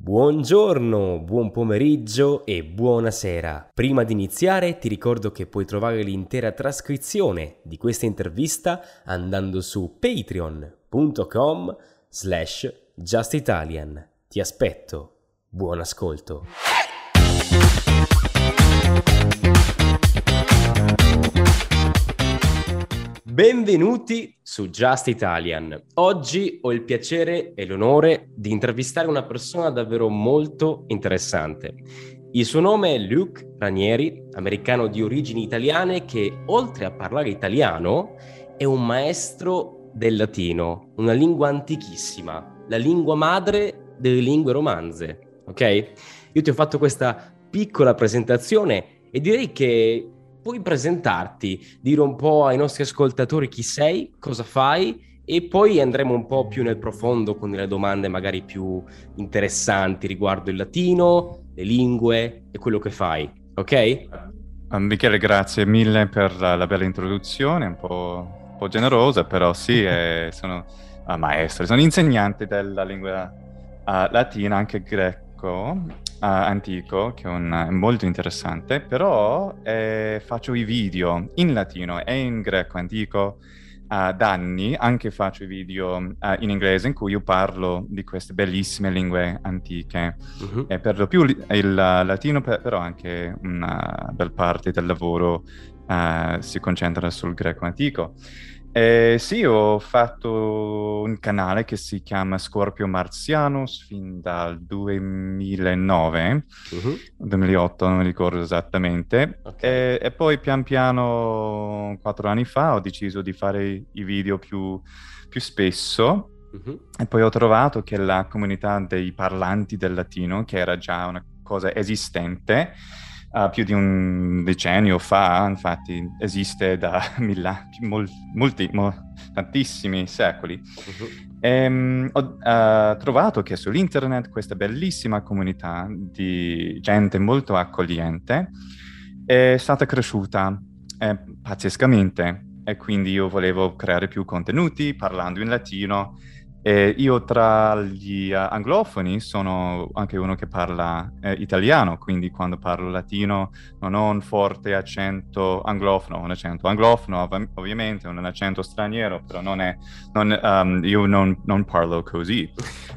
Buongiorno, buon pomeriggio e buonasera. Prima di iniziare ti ricordo che puoi trovare l'intera trascrizione di questa intervista andando su patreon.com/justitalian. Ti aspetto. Buon ascolto. Benvenuti su Just Italian. Oggi ho il piacere e l'onore di intervistare una persona davvero molto interessante. Il suo nome è Luke Ranieri, americano di origini italiane che, oltre a parlare italiano, è un maestro del latino, una lingua antichissima, la lingua madre delle lingue romanze, ok? Io ti ho fatto questa piccola presentazione e direi che puoi presentarti, dire un po' ai nostri ascoltatori chi sei, cosa fai e poi andremo un po' più nel profondo con le domande magari più interessanti riguardo il latino, le lingue e quello che fai, ok? Michele, grazie mille per la bella introduzione, un po' generosa, però sì, sono maestro, sono insegnante della lingua latina, anche greco antico, che è molto interessante, però faccio i video in latino e in greco antico da anni, anche faccio i video in inglese in cui io parlo di queste bellissime lingue antiche. E per lo più il latino, però anche una bella parte del lavoro si concentra sul greco antico. Sì, ho fatto un canale che si chiama Scorpio Marzianus fin dal 2009, 2008, non mi ricordo esattamente. Okay. E poi pian piano, 4 anni fa, ho deciso di fare i video più spesso. E poi ho trovato che la comunità dei parlanti del latino, che era già una cosa esistente, più di un decennio fa, infatti esiste da tantissimi secoli. Ho trovato che sull'internet questa bellissima comunità di gente molto accogliente è stata cresciuta pazzescamente, e quindi io volevo creare più contenuti parlando in latino. Io tra gli anglofoni sono anche uno che parla italiano, quindi quando parlo latino non ho un forte accento anglofono, ho un accento anglofono ovviamente, un accento straniero, però io non parlo così.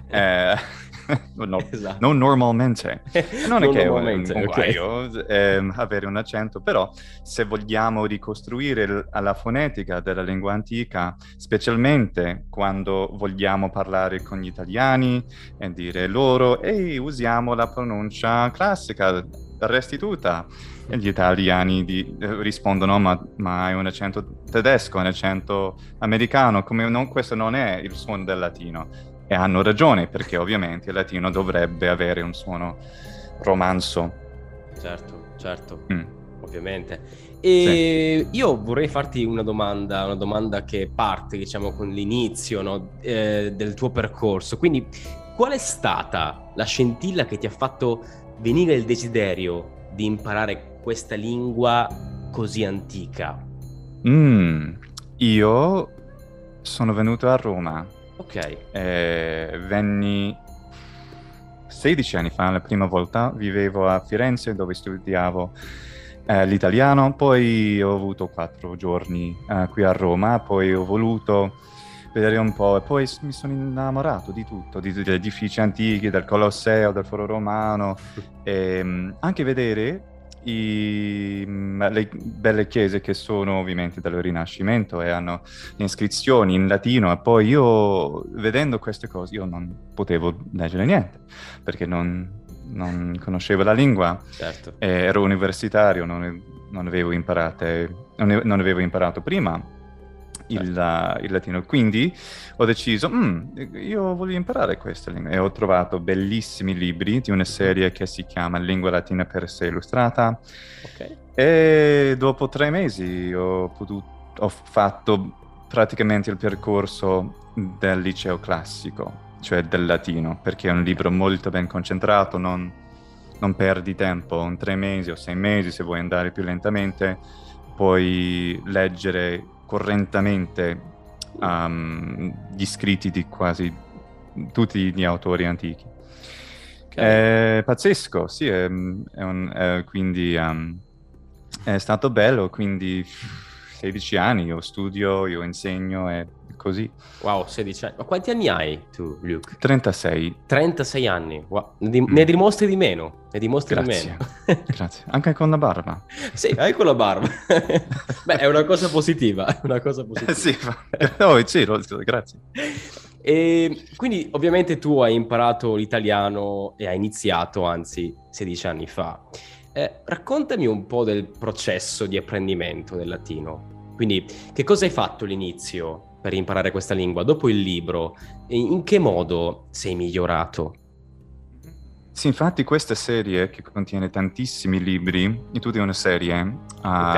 Esatto. Non normalmente. Non è che è un Okay. guaio avere un accento, però se vogliamo ricostruire la fonetica della lingua antica, specialmente quando vogliamo parlare con gli italiani e dire loro ehi, usiamo la pronuncia classica restituta, e gli italiani rispondono ma hai un accento tedesco, un accento americano, questo non è il suono del latino. E hanno ragione, perché ovviamente il latino dovrebbe avere un suono romanzo. Certo, Mm. ovviamente. Sì. E io vorrei farti una domanda che parte, diciamo, con l'inizio, no, del tuo percorso. Quindi, qual è stata la scintilla che ti ha fatto venire il desiderio di imparare questa lingua così antica? Io sono venuto a Roma. Ok. Venni 16 anni fa, la prima volta. Vivevo a Firenze dove studiavo l'italiano, poi ho avuto 4 giorni qui a Roma, poi ho voluto vedere un po' e poi mi sono innamorato di tutto, degli edifici antichi, del Colosseo, del Foro Romano, e anche vedere le belle chiese che sono ovviamente del Rinascimento e hanno le iscrizioni in latino, e poi io vedendo queste cose io non potevo leggere niente perché non conoscevo la lingua. Certo. Ero universitario, non avevo imparato prima il latino, quindi ho deciso io voglio imparare questa lingua, e ho trovato bellissimi libri di una serie che si chiama Lingua Latina per sé illustrata. Ok. E dopo 3 mesi ho fatto praticamente il percorso del liceo classico, cioè del latino, perché è un libro molto ben concentrato, non perdi tempo. In 3 mesi o 6 mesi, se vuoi andare più lentamente, puoi leggere correntemente gli scritti di quasi tutti gli autori antichi. Ok. È pazzesco, sì, quindi è stato bello, quindi 16 anni, io studio, io insegno e così. Wow, 16 anni. Ma quanti anni hai tu, Luke? 36. 36 anni. Wow. Ne Mm, dimostri di meno. Ne dimostri di meno. grazie, grazie. Anche con la barba. Sì, hai quella barba. Beh, è una cosa positiva, è una cosa positiva. Sì, oh, sì, grazie. E quindi ovviamente tu hai imparato l'italiano e hai iniziato, anzi, 16 anni fa. Raccontami un po' del processo di apprendimento del latino. Quindi, che cosa hai fatto all'inizio per imparare questa lingua? Dopo il libro, e in che modo sei migliorato? Sì, infatti questa serie che contiene tantissimi libri, è tutta una serie, Ok?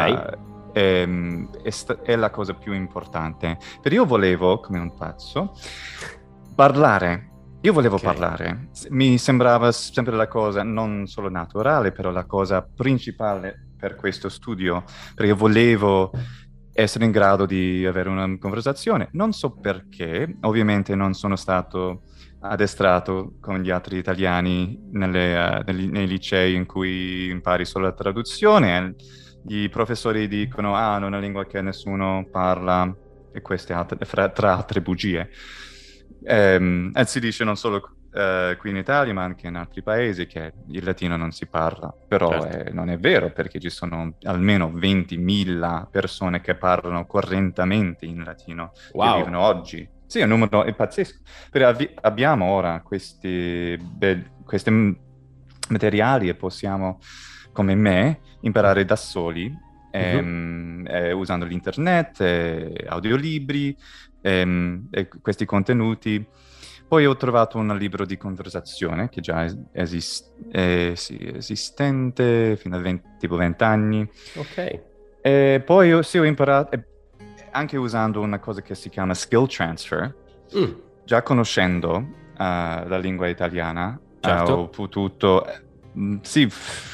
è la cosa più importante. Perché io volevo, come un pazzo, parlare. Io volevo Ok. parlare. Mi sembrava sempre la cosa non solo naturale, però la cosa principale per questo studio, perché io volevo essere in grado di avere una conversazione. Non so perché, ovviamente non sono stato addestrato con gli altri italiani nei licei in cui impari solo la traduzione. I professori dicono, ah, non è una lingua che nessuno parla, e queste altre, tra altre bugie. E si dice non solo qui in Italia, ma anche in altri paesi che il latino non si parla. Però Certo. non è vero, perché ci sono almeno 20.000 persone che parlano correntemente in latino, che vivono Wow. oggi. Sì, è un numero è pazzesco. Però abbiamo ora questi materiali e possiamo, come me, imparare da soli, Mhm. usando l'internet, audiolibri, e questi contenuti. Poi ho trovato un libro di conversazione che già sì, esistente fino a tipo 20 anni. Ok. E poi sì, ho imparato, anche usando una cosa che si chiama skill transfer, Mm, già conoscendo la lingua italiana, ho certo. potuto, sì,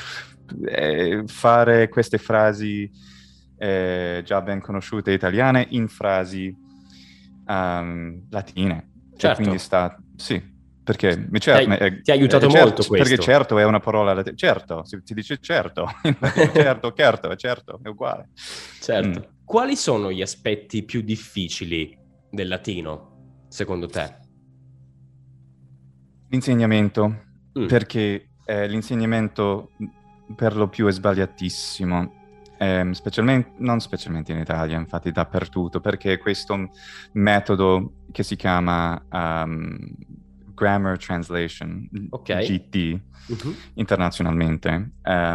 fare queste frasi già ben conosciute italiane in frasi latine. E quindi Certo. sì, perché Ti, ti ha aiutato molto perché questo. certo è una parola latina. Certo, si dice certo in latino. Certo, certo, è certo, è uguale. Mm. Certo. Quali sono gli aspetti più difficili del latino, secondo te? L'insegnamento, Mm, perché l'insegnamento per lo più è sbagliatissimo, non specialmente in Italia, infatti dappertutto, perché questo metodo che si chiama Grammar Translation, ok. GT, Mhm. internazionalmente,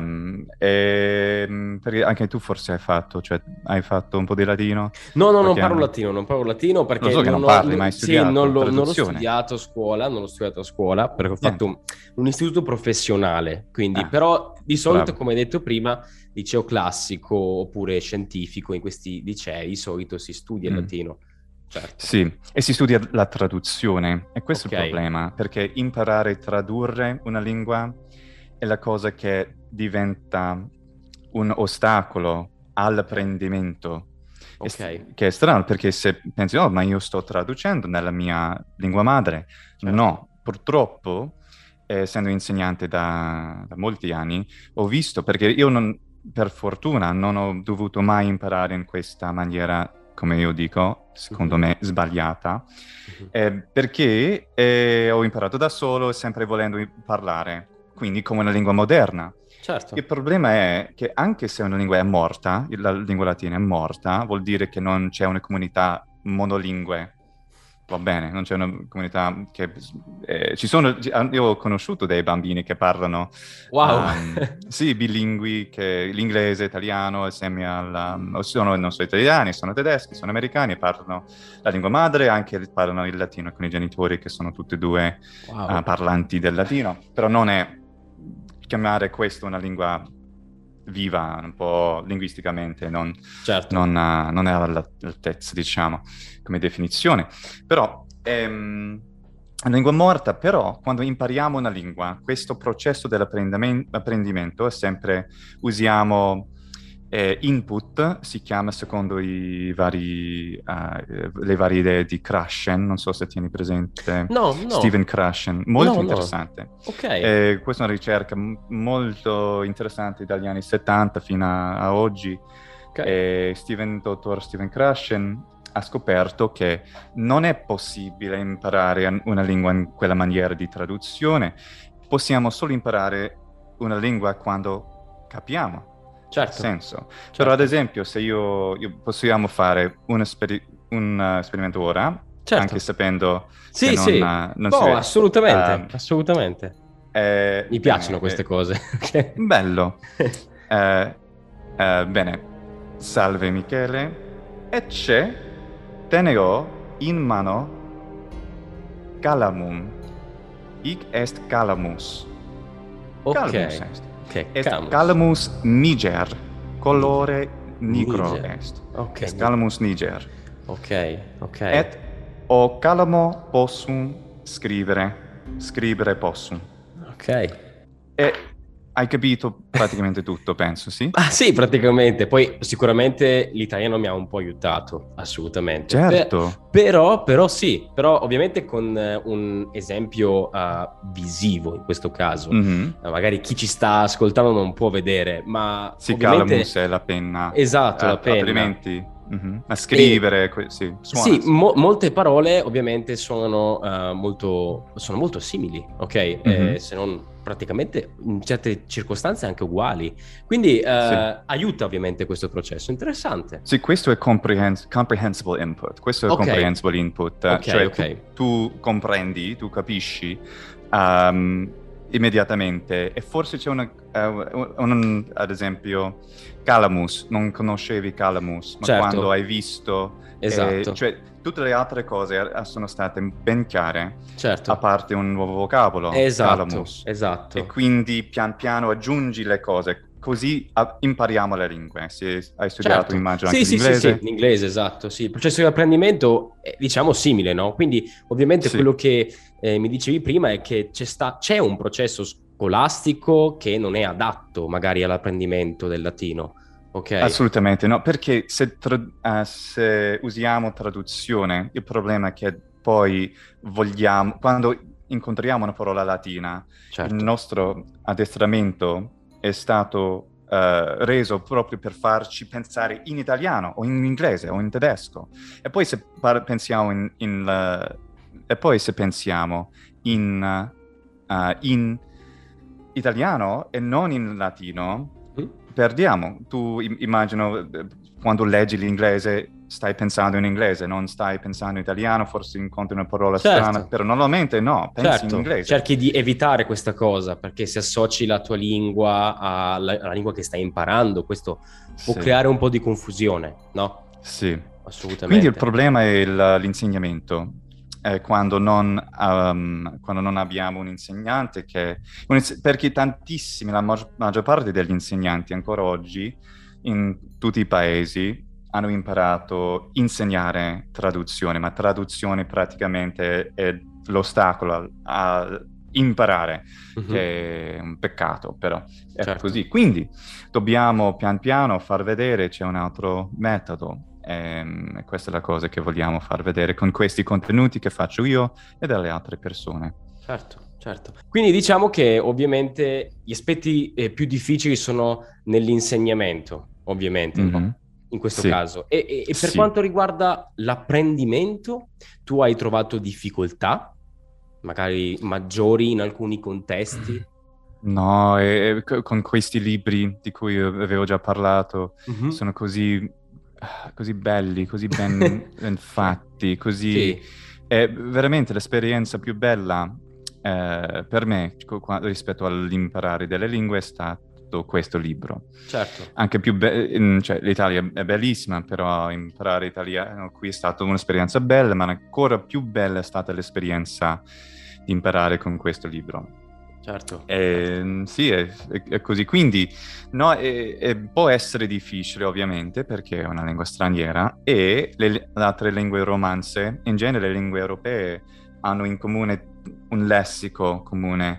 perché anche tu forse cioè hai fatto un po' di latino No, no, non qualche parlo anno. latino, non parlo latino Lo perché so che non non ho, parli, ma hai sì, studiato non l'ho traduzione. studiato a scuola, non l'ho studiato a scuola perché ho fatto Niente. un istituto professionale, quindi, Ah, però di solito, bravo. come hai detto prima, liceo classico oppure scientifico, in questi licei di solito si studia il Mm. latino, certo. Sì, e si studia la traduzione, e questo è Ok, il problema, perché imparare a tradurre una lingua è la cosa che diventa un ostacolo all'apprendimento, ok, che è strano, perché se pensi, oh, ma io sto traducendo nella mia lingua madre, certo. no, purtroppo, essendo insegnante da molti anni, ho visto, perché io non, per fortuna, non ho dovuto mai imparare in questa maniera, come io dico, secondo Mhm, me sbagliata, mhm. perché ho imparato da solo, sempre volendo parlare, quindi come una lingua moderna. Il Certo. problema è che anche se una lingua è morta, la lingua latina è morta, vuol dire che non c'è una comunità monolingue. Va bene, non c'è una comunità che... ci sono, io ho conosciuto dei bambini che parlano, Wow. sì, bilingui, che l'inglese, italiano, assieme sono, non sono italiani, sono tedeschi, sono americani, e parlano la lingua madre, anche parlano il latino con i genitori che sono tutti e due Wow. parlanti del latino, però non è chiamare questo una lingua viva, un po' linguisticamente, Certo. non è all'altezza, diciamo, come definizione. Però è una lingua morta, però quando impariamo una lingua, questo processo dell'apprendimento è sempre, usiamo Input si chiama secondo le varie idee di Krashen, non so se tieni presente No, no, Steven Krashen, molto no, no. interessante. Ok, Questa è una ricerca molto interessante dagli anni 70 fino a oggi. ok, Dottor Steven Krashen ha scoperto che non è possibile imparare una lingua in quella maniera di traduzione, possiamo solo imparare una lingua quando capiamo il certo, senso. Però ad certo, esempio se possiamo fare un esperimento ora, anche certo. sapendo che Sì, sì. non si Oh, vede. assolutamente, assolutamente. Mi piacciono Bene, queste cose. Ok. bello. Eh, bene, salve Michele. E c'è, te ne ho in mano calamum. Hic est calamus. Ok, Calamus est. ok, Est Camus. calamus niger. Colore nigro Niger. est. Ok, Est calamus niger. ok, ok. Et o calamo possum scrivere. Scrivere possum. Ok. E hai capito praticamente tutto, penso, sì? Ah sì, praticamente. Poi sicuramente l'italiano mi ha un po' aiutato, assolutamente. Certo. Però sì, però ovviamente con un esempio visivo in questo caso. Mhm. Magari chi ci sta ascoltando non può vedere, ma Sì, ovviamente calamus è la penna. esatto, la penna. Altrimenti, a E scrivere, sì, suona, sì, sì. molte parole ovviamente sono molto simili, ok? Mhm. Se non praticamente in certe circostanze anche uguali. Quindi Sì. aiuta ovviamente questo processo. Interessante. Sì, questo è comprehensible input, questo è Ok, comprehensible input, ok, cioè ok. tu comprendi, tu capisci ehm, immediatamente e forse c'è ad esempio, Calamus, non conoscevi Calamus, ma quando Certo, hai visto, esatto, cioè tutte le altre cose sono state ben chiare, a certo. parte un nuovo vocabolo, Esatto, Calamus, e esatto. quindi pian piano aggiungi le cose. Così impariamo le lingue. Se hai studiato, Certo, immagino, sì, anche sì, sì, sì, l'inglese. l'inglese, esatto, sì. Il processo di apprendimento è, diciamo, simile, no? Quindi, ovviamente, Sì, quello che mi dicevi prima è che c'è un processo scolastico che non è adatto, magari, all'apprendimento del latino, ok? assolutamente no, perché se usiamo traduzione, il problema è che poi vogliamo, quando incontriamo una parola latina, il Certo, nostro addestramento è stato reso proprio per farci pensare in italiano o in inglese o in tedesco. E poi se pensiamo e poi se pensiamo in italiano e non in latino, mm? perdiamo. Tu immagino quando leggi l'inglese stai pensando in inglese, non stai pensando in italiano, forse incontri una parola strana, Certo, però normalmente no, pensi in certo. inglese. Cerchi di evitare questa cosa perché se associ la tua lingua alla lingua che stai imparando, questo può Sì, creare un po' di confusione, no? sì. Quindi il Assolutamente. problema è l'insegnamento. Quando non abbiamo un insegnante perché tantissimi, la maggior parte degli insegnanti ancora oggi in tutti i paesi hanno imparato a insegnare traduzione, ma traduzione praticamente è l'ostacolo a imparare, Mhm. che è un peccato, però è Certo. così. Quindi dobbiamo pian piano far vedere c'è un altro metodo. Questa è la cosa che vogliamo far vedere con questi contenuti che faccio io e delle altre persone. Certo, certo. Quindi diciamo che ovviamente gli aspetti più difficili sono nell'insegnamento, ovviamente, no? Mhm. In questo Sì, caso. E per sì. quanto riguarda l'apprendimento, tu hai trovato difficoltà, magari maggiori in alcuni contesti? No, con questi libri di cui avevo già parlato, Mhm. sono così belli, così ben fatti, così... Sì, È veramente l'esperienza più bella per me rispetto all'imparare delle lingue è stato questo libro. certo. Anche cioè, l'Italia è bellissima, però imparare italiano qui è stata un'esperienza bella, ma ancora più bella è stata l'esperienza di imparare con questo libro. Certo, certo. Sì, è così. Quindi no, può essere difficile ovviamente perché è una lingua straniera e le altre lingue romanze, in genere le lingue europee, hanno in comune un lessico comune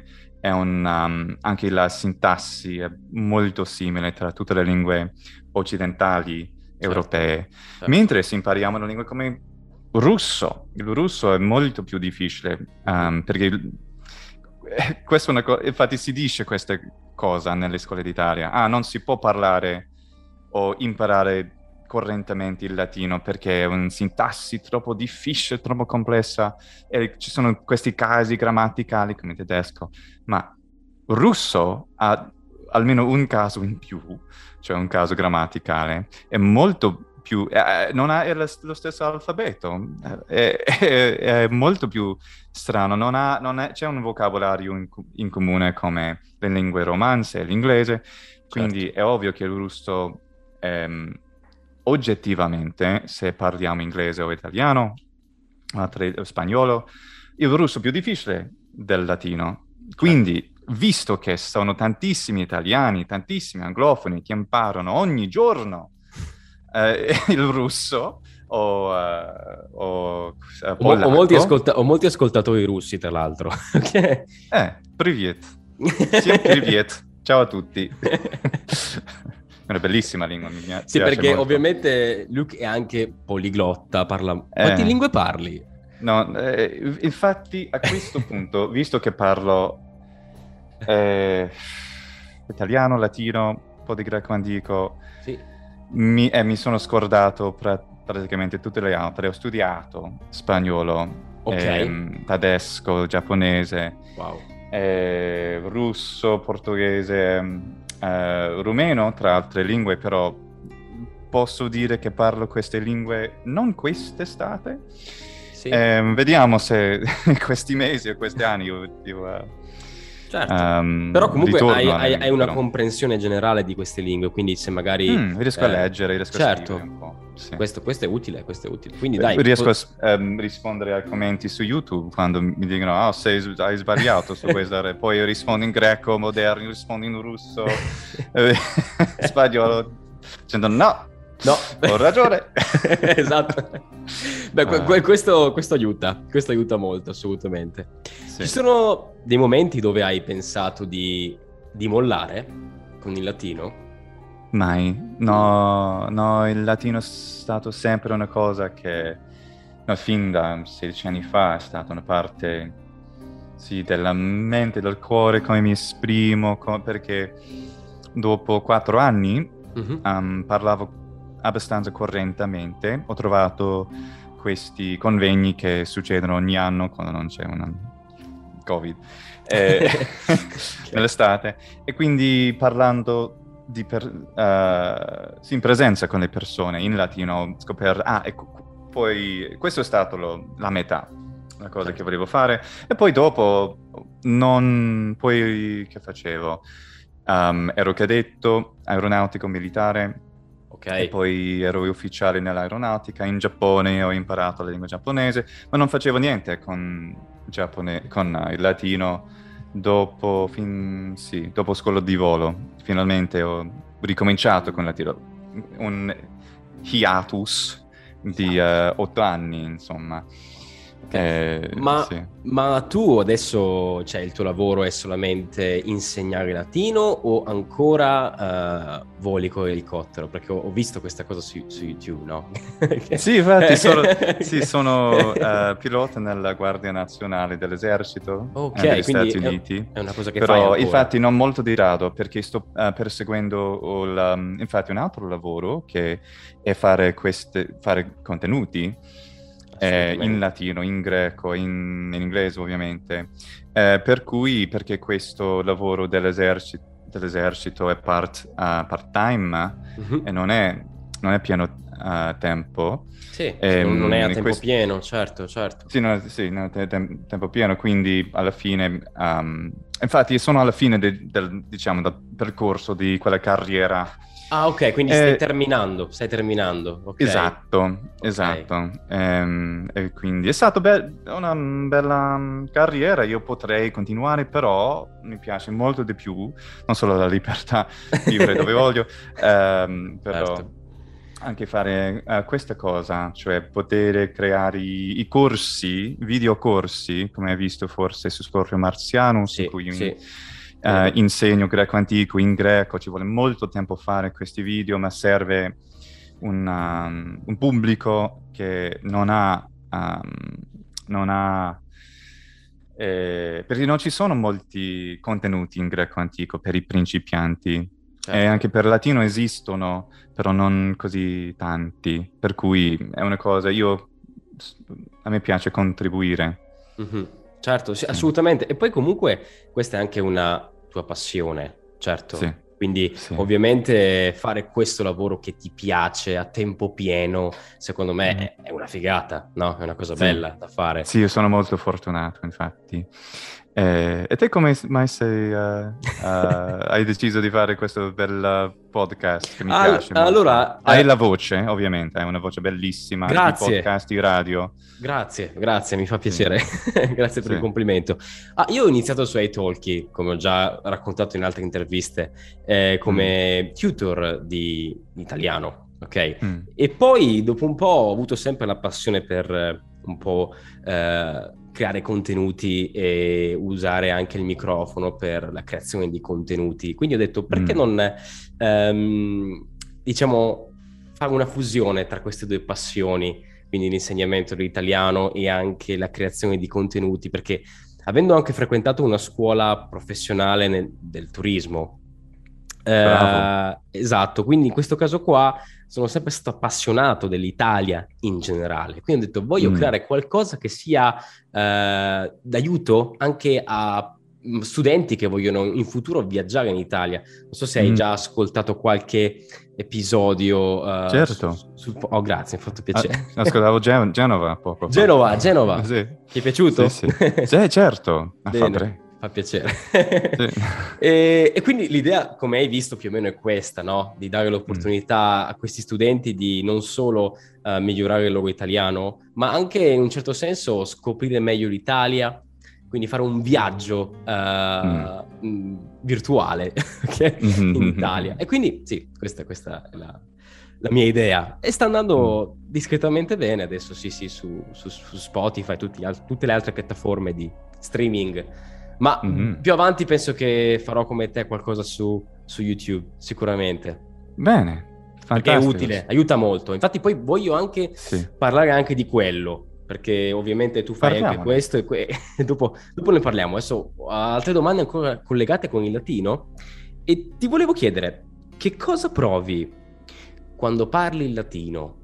anche la sintassi è molto simile tra tutte le lingue occidentali Certo, europee. certo. Mentre se impariamo una lingua come il russo è molto più difficile, perché questa è una cosa, infatti si dice questa cosa nelle scuole d'Italia. Non si può parlare o imparare correntemente il latino perché è una sintassi troppo difficile, troppo complessa e ci sono questi casi grammaticali come in tedesco, ma il russo ha almeno un caso in più, cioè un caso grammaticale, è molto più, non ha lo stesso alfabeto, è molto più strano, c'è un vocabolario in comune come le lingue romanze e l'inglese, quindi Certo. è ovvio che il russo, oggettivamente, se parliamo inglese o italiano, o spagnolo, il russo è più difficile del latino. Certo. Quindi, visto che sono tantissimi italiani, tantissimi anglofoni che imparano ogni giorno il russo o polacco, Ho molti ascoltatori russi, tra l'altro. Ok. Привет. Всем привет. Ciao a tutti. È una bellissima lingua, mi Sì, piace perché molto. ovviamente Luke è anche poliglotta, parla... Quante lingue parli? No, infatti a questo punto, visto che parlo italiano, latino, un po' di greco antico, Sì. mi sono scordato praticamente tutte le altre. Ho studiato spagnolo, Ok. tedesco, giapponese, Wow. russo, portoghese, rumeno, tra altre lingue, però posso dire che parlo queste lingue non quest'estate. Sì. Vediamo se questi mesi o questi anni Certo. Però comunque ritorno hai una però. comprensione generale di queste lingue, quindi se magari... Riesco a leggere, riesco a certo. scrivere un po'. Sì. Questo è utile, questo è utile. Quindi dai... Riesco a rispondere ai commenti su YouTube quando mi dicono hai sbagliato su questa, poi rispondo in greco moderno, rispondo in russo, spagnolo, dicendo no, ho ragione. Esatto. Beh, questo aiuta molto, assolutamente. Sì. Ci sono dei momenti dove hai pensato di mollare con il latino? Mai. No, il latino è stato sempre una cosa che, fin da 16 anni fa, è stata una parte, sì, della mente, del cuore, come mi esprimo, perché dopo 4 anni parlavo abbastanza correntemente. Ho trovato questi convegni che succedono ogni anno quando non c'è una Covid, nell'estate, e quindi parlando in presenza con le persone in latino ho scoperto, ecco, poi questo è stato la metà, la cosa che volevo fare, e poi dopo poi che facevo? Ero cadetto aeronautico militare, e poi ero ufficiale nell'aeronautica. In Giappone ho imparato la lingua giapponese, ma non facevo niente con il latino dopo scuola di volo. Finalmente ho ricominciato con il latino, un hiatus di 8 anni, insomma. Sì. Ma tu adesso, cioè, il tuo lavoro è solamente insegnare latino o ancora voli con l'elicottero? Perché ho visto questa cosa su YouTube, no? Sì, infatti sono pilota nella Guardia Nazionale dell'Esercito degli Stati Uniti. È una cosa che però, fai ancora. Infatti non molto di rado, perché sto perseguendo infatti un altro lavoro che è fare contenuti in latino, in greco, in inglese ovviamente, perché questo lavoro dell'esercito è part-time e non è pieno tempo. Sì, non è a tempo pieno, certo. Sì, non è tempo pieno, quindi alla fine, infatti sono alla fine del percorso di quella carriera. Ok, quindi stai terminando. Okay. Esatto. E quindi è stata una bella carriera, io potrei continuare, però mi piace molto di più, non solo la libertà, vivere dove voglio, però anche fare questa cosa, cioè poter creare i corsi, videocorsi, come hai visto forse su Scorpio Marzianus, in Sì, cui sì, vero. insegno greco antico in greco. Ci vuole molto tempo fare questi video, ma serve un pubblico che non ha perché non ci sono molti contenuti in greco antico per i principianti. E Certo. anche per latino esistono, però non così tanti. Per cui è una cosa, a me piace contribuire. Mhm. Certo, sì, Sì, assolutamente. E poi comunque questa è anche una tua passione, sì, certo. Quindi sì. ovviamente fare questo lavoro che ti piace a tempo pieno, secondo me Mhm. è una figata, no? È una cosa Sì, bella da fare. sì, io sono molto fortunato, infatti. E te come mai hai deciso di fare questo bel podcast che mi piace molto? Allora, Hai la voce, ovviamente, hai una voce bellissima di grazie. podcast, di radio. Grazie, mi fa Sì, piacere. Grazie per sì. il complimento. Io ho iniziato su iTalki, come ho già raccontato in altre interviste, Mm, come tutor di italiano, ok? mm, E poi dopo un po' ho avuto sempre la passione per un po' creare contenuti e usare anche il microfono per la creazione di contenuti. Quindi ho detto, perché mm, non, ehm, diciamo, fare una fusione tra queste due passioni? Quindi l'insegnamento dell'italiano e anche la creazione di contenuti, perché avendo anche frequentato una scuola professionale del turismo, bravo. esatto, quindi in questo caso qua sono sempre stato appassionato dell'Italia in generale, quindi ho detto voglio Mm, creare qualcosa che sia d'aiuto anche a studenti che vogliono in futuro viaggiare in Italia. Non so se hai mm, già ascoltato qualche episodio certo. Oh, grazie, mi ha fatto piacere. Ascoltavo Genova poco fa. Genova, Genova, Sì, ti è sì, piaciuto? sì. Sì, certo. Bene, fa piacere. Sì. E quindi l'idea, come hai visto, più o meno è questa, no? Di dare Mm, l'opportunità a questi studenti di non solo migliorare il loro italiano, ma anche in un certo senso scoprire meglio l'Italia, quindi fare un viaggio mm. virtuale ok? In Italia. E quindi sì, questa è la mia idea. E sta Mm, andando discretamente bene adesso, sì, sì, su Spotify, tutte le altre piattaforme di streaming. Ma mhm. più avanti penso che farò come te qualcosa su YouTube, sicuramente. Bene, Perché è fantastico. utile, aiuta molto. Infatti poi voglio anche Sì, parlare anche di quello, perché ovviamente tu fai anche parliamone. questo e dopo ne parliamo. Adesso ho altre domande ancora collegate con il latino e ti volevo chiedere, che cosa provi quando parli il latino?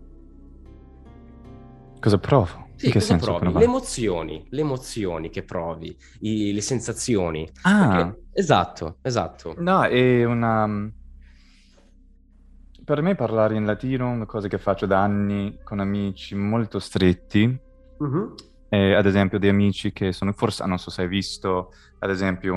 Cosa provo? In Sì, che cosa senso? provi? Le emozioni che provi, le sensazioni. Ah, Perché, esatto, esatto. no, è una... Per me parlare in latino è una cosa che faccio da anni con amici molto stretti. Mhm. Ad esempio, dei amici che sono, forse, non so se hai visto, ad esempio,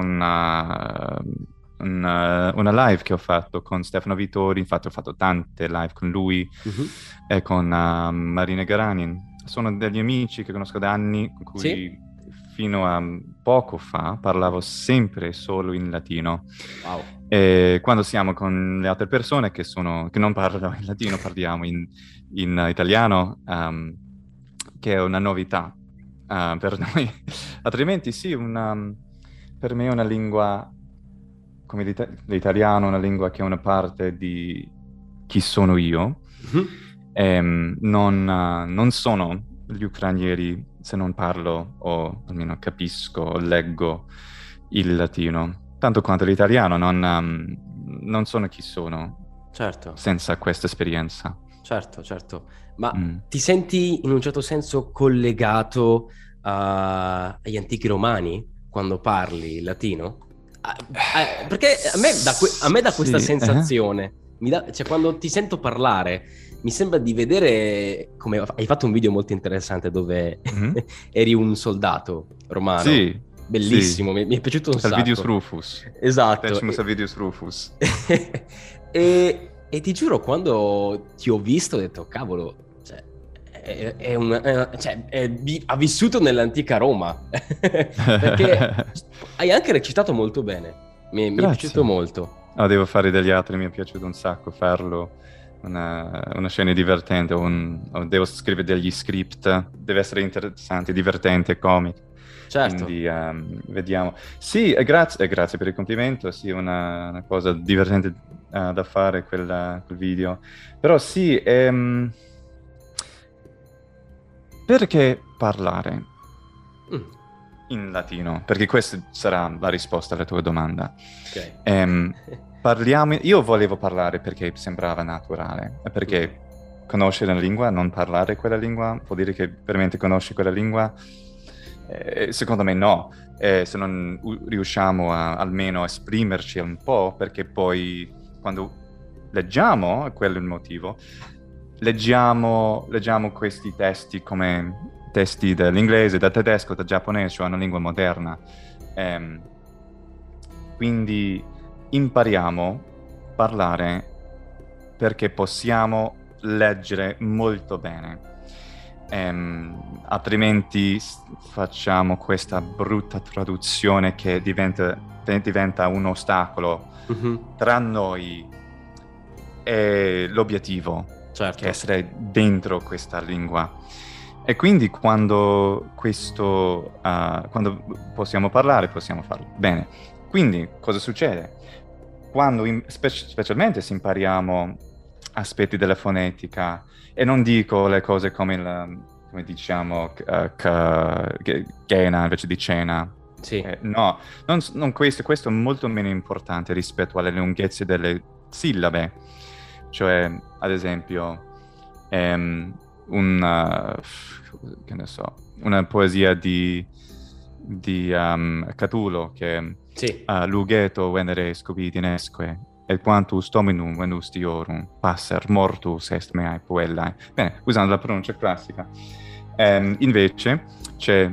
una live che ho fatto con Stefano Vittori. Infatti, ho fatto tante live con lui Mhm. e con Marina Garanin. Sono degli amici che conosco da anni, con Sì? cui fino a poco fa parlavo sempre solo in latino. Wow. E quando siamo con le altre persone che non parlano in latino, parliamo in italiano, che è una novità per noi. Altrimenti sì, per me è una lingua come l'italiano, una lingua che è una parte di chi sono io. Mhm. Non sono gli stranieri se non parlo o almeno capisco o leggo il latino. Tanto quanto l'italiano, non sono chi sono Certo, senza questa esperienza. certo, certo. Ma Mm. ti senti in un certo senso collegato agli antichi romani quando parli il latino? Perché a me dà questa Sì, sensazione. Cioè, quando ti sento parlare, mi sembra di vedere come hai fatto un video molto interessante dove Mhm. eri un soldato romano. Sì, sì. Bellissimo, mi è piaciuto un Salvidius sacco. Rufus. Esatto. Decimus Salvidius Rufus. E ti giuro, quando ti ho visto, ho detto, cavolo, cioè, ha vissuto nell'antica Roma, perché hai anche recitato molto bene, mi è piaciuto Grazie. molto. Devo fare degli altri, mi è piaciuto un sacco farlo. una scena divertente o devo scrivere degli script, deve essere interessante, divertente, comico. Certo. Quindi vediamo. Sì, e grazie per il complimento, sì, una cosa divertente da fare quel video. Però sì, perché parlare Mm, in latino? Perché questa sarà la risposta alla tua domanda. ok. Io volevo parlare perché sembrava naturale, perché conoscere la lingua, non parlare quella lingua, vuol dire che veramente conosci quella lingua? Secondo me no. Se non riusciamo a almeno esprimerci un po', perché poi quando leggiamo, quello è il motivo, leggiamo questi testi come testi dall'inglese, dal tedesco, dal giapponese, cioè una lingua moderna. Quindi impariamo a parlare perché possiamo leggere molto bene. Altrimenti facciamo questa brutta traduzione che diventa un ostacolo Mhm, tra noi e l'obiettivo, che è certo. essere dentro questa lingua. E quindi quando quando possiamo parlare, possiamo farlo bene. Quindi cosa succede? Quando specialmente se impariamo aspetti della fonetica, e non dico le cose come diciamo, chena invece di cena. Sì. No, non questo è molto meno importante rispetto alle lunghezze delle sillabe. Cioè, ad esempio, che ne so, una poesia di Catulo che Sì. Lugeto venere scubitinesque et quantus dominum venustiorum passer mortus est meae puellae. Bene, usando la pronuncia classica. Invece c'è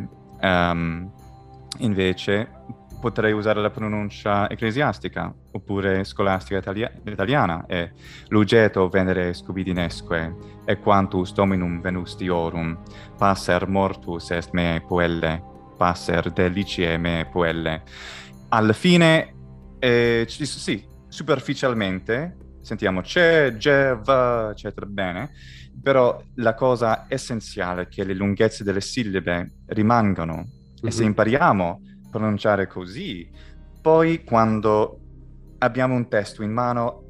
invece potrei usare la pronuncia ecclesiastica oppure scolastica italiana e Lugeto venere scubidinesque e quantus dominum venustiorum passer mortus est meae puellae passer deliciae meae puellae. Alla fine sì, superficialmente sentiamo c'è, ge, va, eccetera, bene, però la cosa essenziale è che le lunghezze delle sillabe rimangano e se Mhm, impariamo a pronunciare così, poi quando abbiamo un testo in mano,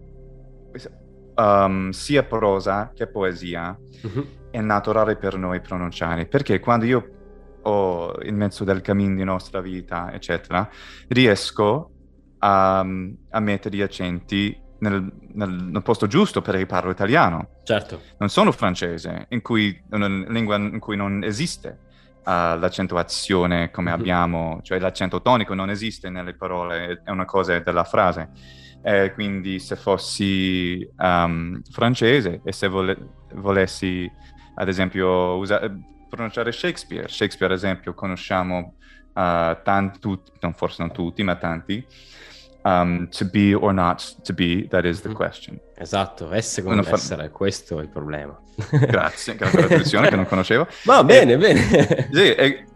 sia prosa che poesia, mhm. è naturale per noi pronunciare, perché quando io ho in mezzo del cammino di nostra vita, eccetera, riesco a mettere gli accenti nel posto giusto perché parlo italiano. Certo. Non sono francese, una lingua in cui non esiste l'accentuazione come Mhm. abbiamo, cioè l'accento tonico non esiste nelle parole, è una cosa della frase. Quindi se fossi francese e se volessi, ad esempio, pronunciare Shakespeare, ad esempio, conosciamo forse non tutti, ma tanti. To be or not to be, that is the Mhm. question. Esatto, essere come Uno deve fa- essere, questo è il problema. Grazie per la traduzione che non conoscevo. Va bene, E, bene. sì,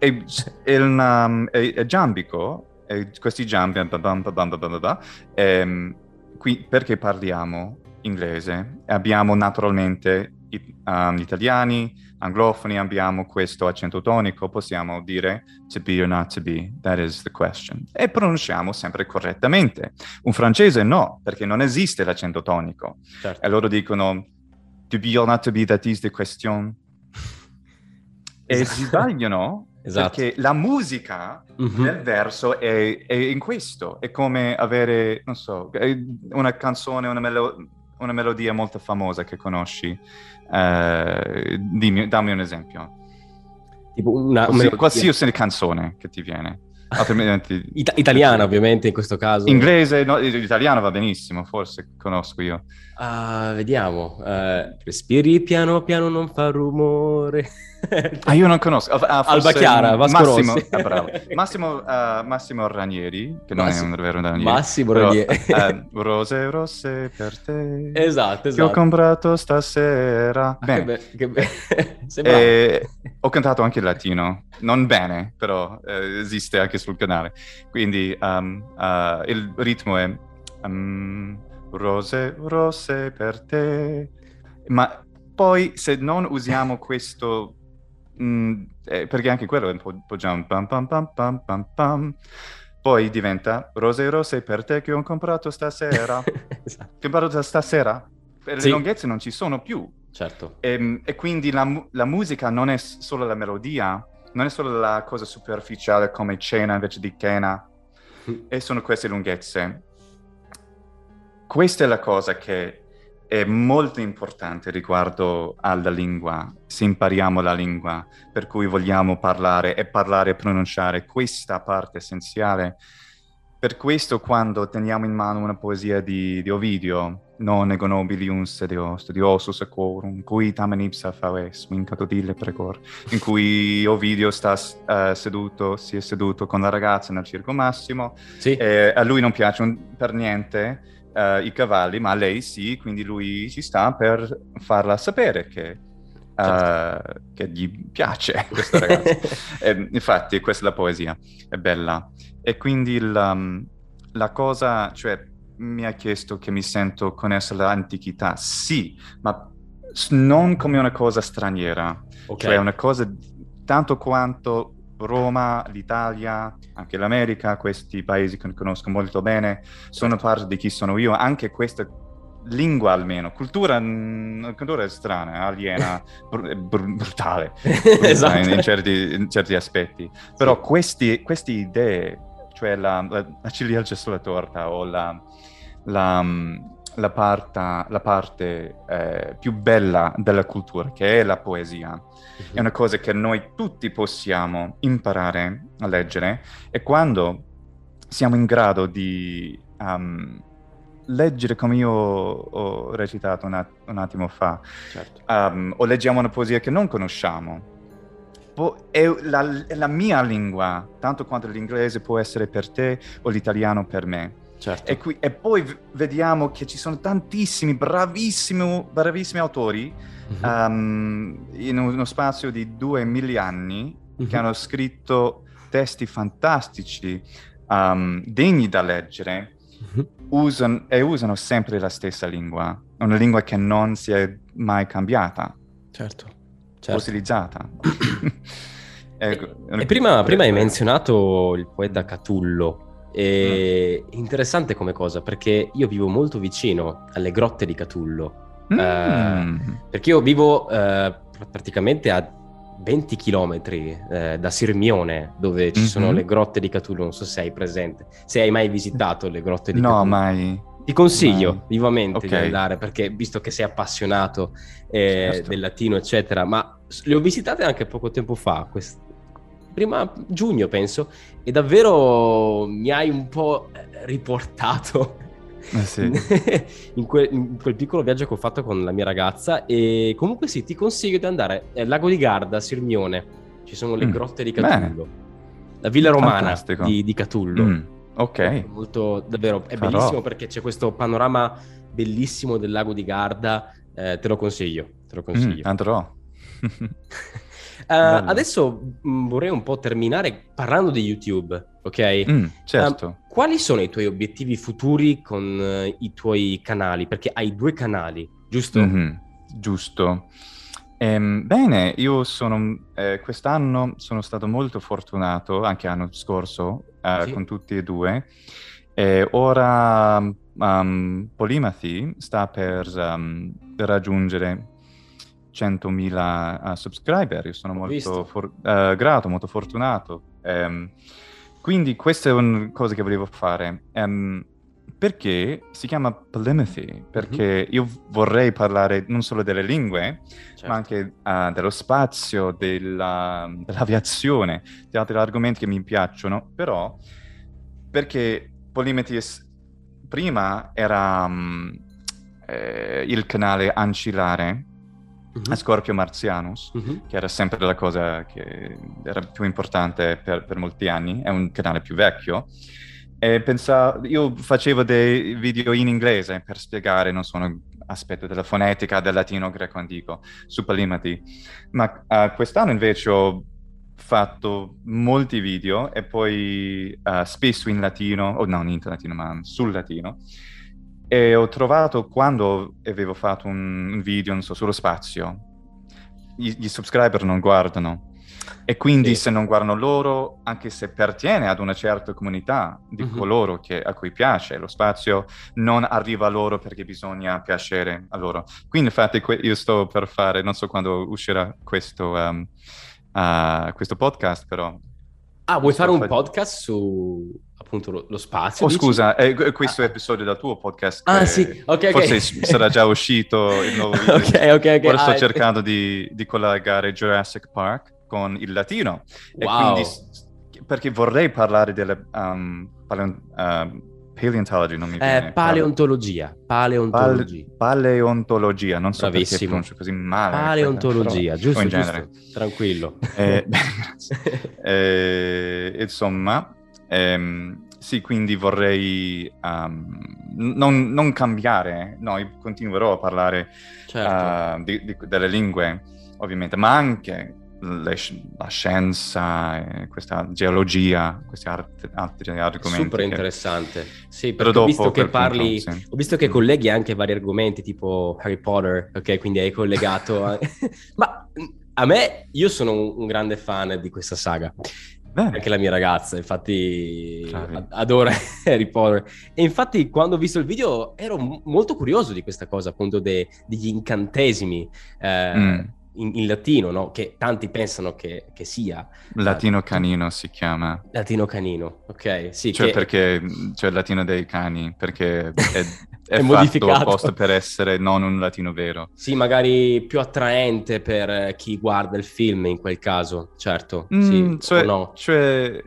è giambico, e questi giambi, perché parliamo inglese, abbiamo naturalmente italiani, anglofoni, abbiamo questo accento tonico, possiamo dire to be or not to be, that is the question. E pronunciamo sempre correttamente. Un francese no, perché non esiste l'accento tonico. E Certo. loro dicono to be or not to be, that is the question. E si sbagliano Esatto. perché la musica Mhm. nel verso è in questo. È come avere, non so, una canzone, una melodia molto famosa che conosci. Dammi un esempio. Tipo una melodia. Qualsiasi canzone che ti viene. Altrimenti... Italiana, ovviamente, in questo caso. Inglese, no, l'italiano va benissimo, forse conosco io. Ah, vediamo. Respiri piano piano, non fa rumore. Io non conosco. Alba Forse Chiara, Vasco Massimo, Rossi. bravo. Massimo Ranieri, che non è un vero Ranieri, Massimo però Ranieri. Rose rosse per te, Esatto, che ho esatto. comprato stasera. Ah, Bene, sei bravo. ho cantato anche il latino, non bene, però esiste anche sul canale. Quindi il ritmo è rose rosse per te, Ma poi se non usiamo questo, perché anche quello è un po' già un pam pam pam pam pam pam, poi diventa rose rose per te che ho comprato stasera. Esatto. Che ho comprato stasera? Per le Sì, lunghezze non ci sono più. certo. E quindi la musica non è solo la melodia, non è solo la cosa superficiale come cena invece di chena, e sono queste lunghezze. Questa è la cosa che è molto importante riguardo alla lingua, se impariamo la lingua per cui vogliamo parlare e pronunciare questa parte essenziale. Per questo quando teniamo in mano una poesia di Ovidio, non ego nobilium studiosus quorum, cui tamen ipsa faves, vincato dille precor, in cui Ovidio si è seduto con la ragazza nel Circo Massimo, Sì, a lui non piacciono per niente i cavalli, ma a lei sì, quindi lui ci sta per farla sapere certo. che gli piace questa ragazza. Infatti, questa è la poesia, è bella. E quindi la cosa, cioè, mi ha chiesto che mi sento connessa all'antichità. Sì, ma non come una cosa straniera, Ok, cioè una cosa tanto quanto Roma, l'Italia, anche l'America, questi paesi che conosco molto bene, sono certo. parte di chi sono io, anche questa lingua almeno, cultura, cultura è strana, aliena, brutale, brutta Esatto. in certi aspetti, Sì. però queste idee, cioè la ciliegia sulla torta o la, la parte più bella della cultura, che è la poesia, è Mhm. una cosa che noi tutti possiamo imparare a leggere, e quando siamo in grado di leggere come io ho recitato un attimo fa, Certo, o leggiamo una poesia che non conosciamo, è la mia lingua, tanto quanto l'inglese può essere per te o l'italiano per me. certo. E poi vediamo che ci sono tantissimi bravissimi autori Mhm. in uno spazio di 2000 anni che Mhm. hanno scritto testi fantastici, degni da leggere, Mhm. usano sempre la stessa lingua, una lingua che non si è mai cambiata, Certo, certo. fossilizzata. Ecco, E prima hai questo è. menzionato il poeta Catullo. Mm. E interessante come cosa, perché io vivo molto vicino alle grotte di Catullo. Mm. Perché io vivo praticamente a 20 chilometri da Sirmione, dove ci sono le Mhm. grotte di Catullo. Non so se hai presente, se hai mai visitato le grotte di No, Catullo. mai, Ti mai. consiglio vivamente di Ok, andare perché, visto che sei appassionato del certo. latino, eccetera, ma le ho visitate anche poco tempo fa, prima giugno penso, e davvero mi hai un po' riportato Sì. in, in quel piccolo viaggio che ho fatto con la mia ragazza. E comunque sì, ti consiglio di andare al Lago di Garda, a Sirmione, ci sono le Mm. grotte di Bene, Catullo, la villa romana fantastico. di Catullo. Mm. Ok, Molto, davvero, è bellissimo farò. perché c'è questo panorama bellissimo del lago di Garda. Te lo consiglio, te lo consiglio. Andrò. Bello. Adesso vorrei un po' terminare parlando di YouTube, ok? Certo. Quali sono i tuoi obiettivi futuri con i tuoi canali? Perché hai due canali, giusto? Mhm. Giusto. Bene, io quest'anno sono stato molto fortunato, anche l'anno scorso, Sì. con tutti e due. E ora Polymathy sta per raggiungere 100.000 subscriber. Io sono Ho molto visto. grato, molto fortunato. Quindi questa è una cosa che volevo fare. Perché si chiama Polymathy? Mhm. Perché io vorrei parlare non solo delle lingue, ma Certo. anche dello spazio, dell'aviazione, di altri argomenti che mi piacciono, però perché Polymathy prima era il canale ancillare a Mhm. Scorpio Martianus, Mhm. che era sempre la cosa che era più importante per molti anni, è un canale più vecchio. E io facevo dei video in inglese per spiegare, non so, un aspetto della fonetica del latino greco antico su Polymathy, ma quest'anno invece ho fatto molti video e poi spesso in latino, o non in latino, ma sul latino, E ho trovato, quando avevo fatto un video, non so, sullo spazio, gli subscriber non guardano. E quindi Sì. se non guardano loro, anche se pertiene ad una certa comunità di coloro a cui piace lo spazio, non arriva a loro perché bisogna piacere a loro. Quindi infatti io sto per fare, non so quando uscirà questo podcast, però... Ah, vuoi fare un podcast su appunto lo spazio, Oh, dici? scusa, questo episodio del tuo podcast, Ah, sì, ok, forse ok. sarà già uscito il nuovo video. Ok. Ora sto cercando di collegare Jurassic Park con il latino. E quindi, Wow. perché vorrei parlare delle paleontology, non mi viene. Paleontologia. Paleontologia, non so perché Bravissimo. pronuncio così male quella parola, Paleontologia, o giusto, in giusto. genere. Tranquillo. Grazie. Insomma, sì, quindi vorrei non cambiare, no, io continuerò a parlare Certo. delle lingue, ovviamente, ma anche la scienza, questa geologia, questi altri argomenti. Super interessante. Sì, Però perché ho visto dopo che quel punto, parli, sì. ho visto che colleghi anche vari argomenti, tipo Harry Potter, ok? Quindi hai collegato... Ma a me, io sono un grande fan di questa saga. Bene. Anche la mia ragazza, infatti, Bravi. adora Harry Potter. E infatti, quando ho visto il video, ero molto curioso di questa cosa, appunto, degli incantesimi in latino, no? Che tanti pensano che sia Latino canino si chiama. latino canino, ok? Sì, Cioè, che perché cioè il latino dei cani, perché è è fatto modificato. apposta per essere non un latino vero. Sì, magari più attraente per chi guarda il film in quel caso, certo, sì, o no? Cioè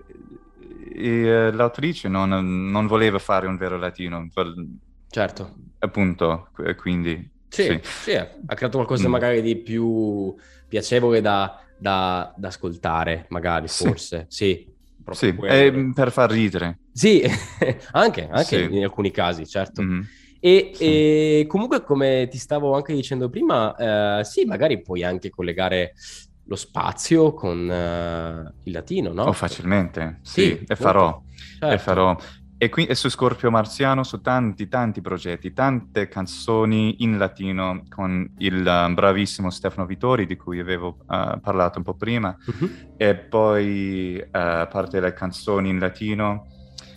l'autrice non voleva fare un vero latino, Certo. appunto, quindi sì. Sì, ha creato qualcosa Mm. magari di più piacevole da ascoltare, magari, Sì, forse. Sì, proprio sì, quello. per far ridere. Sì, anche Sì. in alcuni casi, certo. Mm. E, Sì. e comunque, come ti stavo anche dicendo prima, sì, magari puoi anche collegare lo spazio con il latino, Oh, no? facilmente, sì, Sì, e molto. farò, e Certo. farò. E qui e su Scorpio Marziano, su tanti progetti, tante canzoni in latino con il bravissimo Stefano Vittori, di cui avevo parlato un po' prima, Mhm. e poi a parte le canzoni in latino,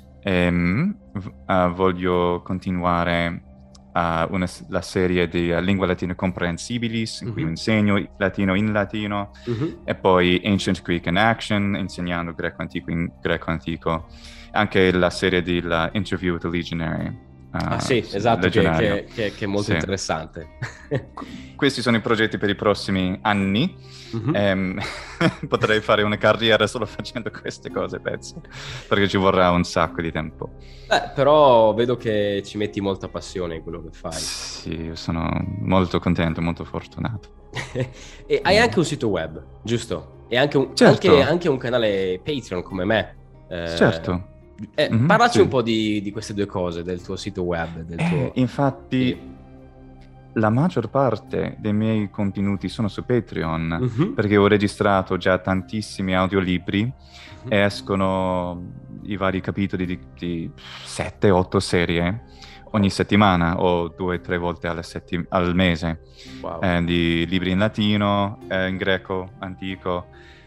voglio continuare la serie di Lingue Latine Comprehensibilis, in cui Mhm. insegno latino in latino, Mhm. e poi Ancient Greek in Action, insegnando greco antico in greco antico, anche la serie di Interview with the Legionary, Ah sì, esatto, legionario. che è molto Sì. interessante. Questi sono i progetti per i prossimi anni. Mhm. Potrei fare una carriera solo facendo queste cose, penso, perché ci vorrà un sacco di tempo. Però vedo che ci metti molta passione in quello che fai. Sì, io sono molto contento, molto fortunato. E hai anche un sito web, giusto? E anche Certo. anche un canale Patreon come me. Certo. Parlaci sì. un po' di queste due cose, del tuo sito web, del tuo... Infatti, Sì. la maggior parte dei miei contenuti sono su Patreon, Mhm. perché ho registrato già tantissimi audiolibri Mhm. e escono i vari capitoli di 7-8 serie ogni settimana o 2-3 volte al mese, Wow. di libri in latino, in greco antico.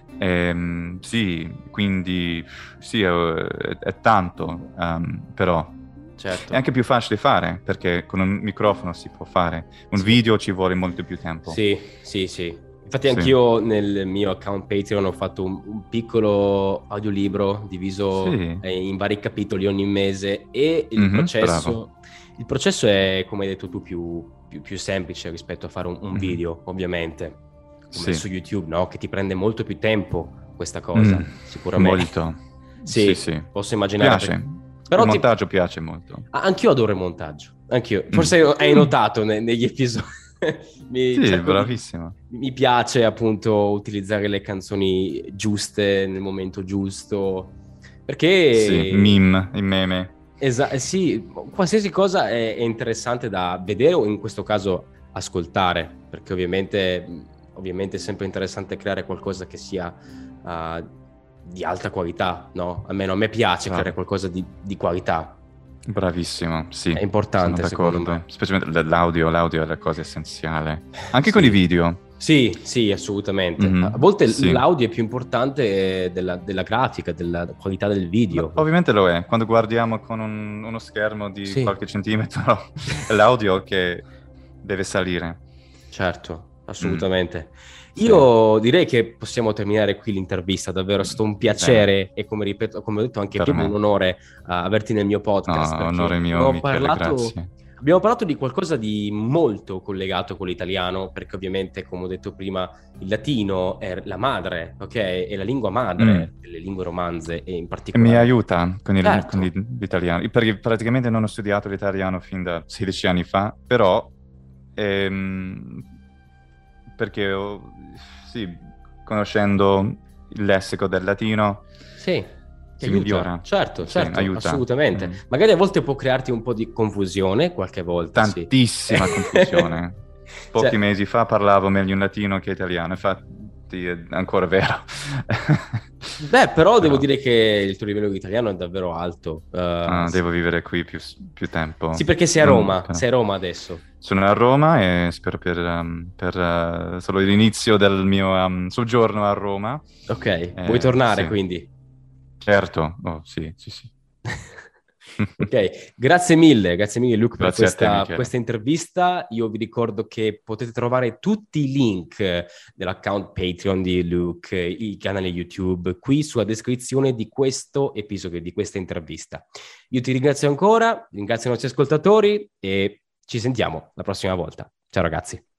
Sì, quindi sì, è tanto, però Certo. è anche più facile fare, perché con un microfono si può fare. Un Sì. video ci vuole molto più tempo. Sì. Infatti Sì. anch'io nel mio account Patreon ho fatto un piccolo audiolibro diviso Sì. in vari capitoli ogni mese e Bravo. il processo è, come hai detto tu, più semplice rispetto a fare un video, ovviamente, come Sì. su YouTube, no? Che ti prende molto più tempo questa cosa, sicuramente. Molto. Sì, Sì. posso immaginare. Piace. Però il montaggio piace molto. Anch'io adoro il montaggio, anch'io. Forse hai notato negli episodi. Sì, bravissimo. Mi piace appunto utilizzare le canzoni giuste nel momento giusto, perché... Sì, i meme. sì, qualsiasi cosa è interessante da vedere o in questo caso ascoltare, perché ovviamente è sempre interessante creare qualcosa che sia di alta qualità, no? Almeno a me piace creare qualcosa di qualità. Bravissimo, sì, È sono importante secondo d'accordo. me. Specialmente l'audio è la cosa essenziale. Anche con i Sì. video. Sì, sì, assolutamente. A Mhm, volte sì. l'audio è più importante della grafica, della qualità del No, video. ovviamente lo è. Quando guardiamo con uno schermo di Sì, qualche centimetro, è l'audio che deve salire. certo, Mm, assolutamente. sì, Io direi che possiamo terminare qui l'intervista, davvero è stato un bene, piacere e come ripeto, come ho detto anche per prima, me. un onore averti nel mio No, podcast perché onore mio, Michele, grazie. abbiamo parlato di qualcosa di molto collegato con l'italiano, perché ovviamente, come ho detto prima, il latino è la madre, ok? È la lingua Mm. madre delle lingue romanze e in E mi particolare. aiuta con Certo. l'italiano, perché praticamente non ho studiato l'italiano fin da 16 anni fa, però ehm, perché sì, conoscendo il lessico del latino Sì, ti si aiuta, migliora, certo, sì, certo, aiuta. assolutamente. Mm. Magari a volte può crearti un po' di confusione, qualche volta, sì. Tantissima confusione. Pochi Cioè, mesi fa parlavo meglio in latino che italiano, infatti è ancora vero. beh, però devo Però dire che il tuo livello di italiano è davvero alto. devo vivere qui più Sì, tempo. perché sei a Roma adesso. Sono a Roma e spero per solo l'inizio del mio soggiorno a Roma. Ok, vuoi tornare Sì, quindi? certo. Oh, sì, sì, sì. Ok, grazie mille Luke per Grazie a te, questa Michele. intervista. Io vi ricordo che potete trovare tutti i link dell'account Patreon di Luke, i canali YouTube, qui sulla descrizione di questo episodio, di questa intervista. Io ti ringrazio ancora, ringrazio i nostri ascoltatori e ci sentiamo la prossima volta. Ciao ragazzi.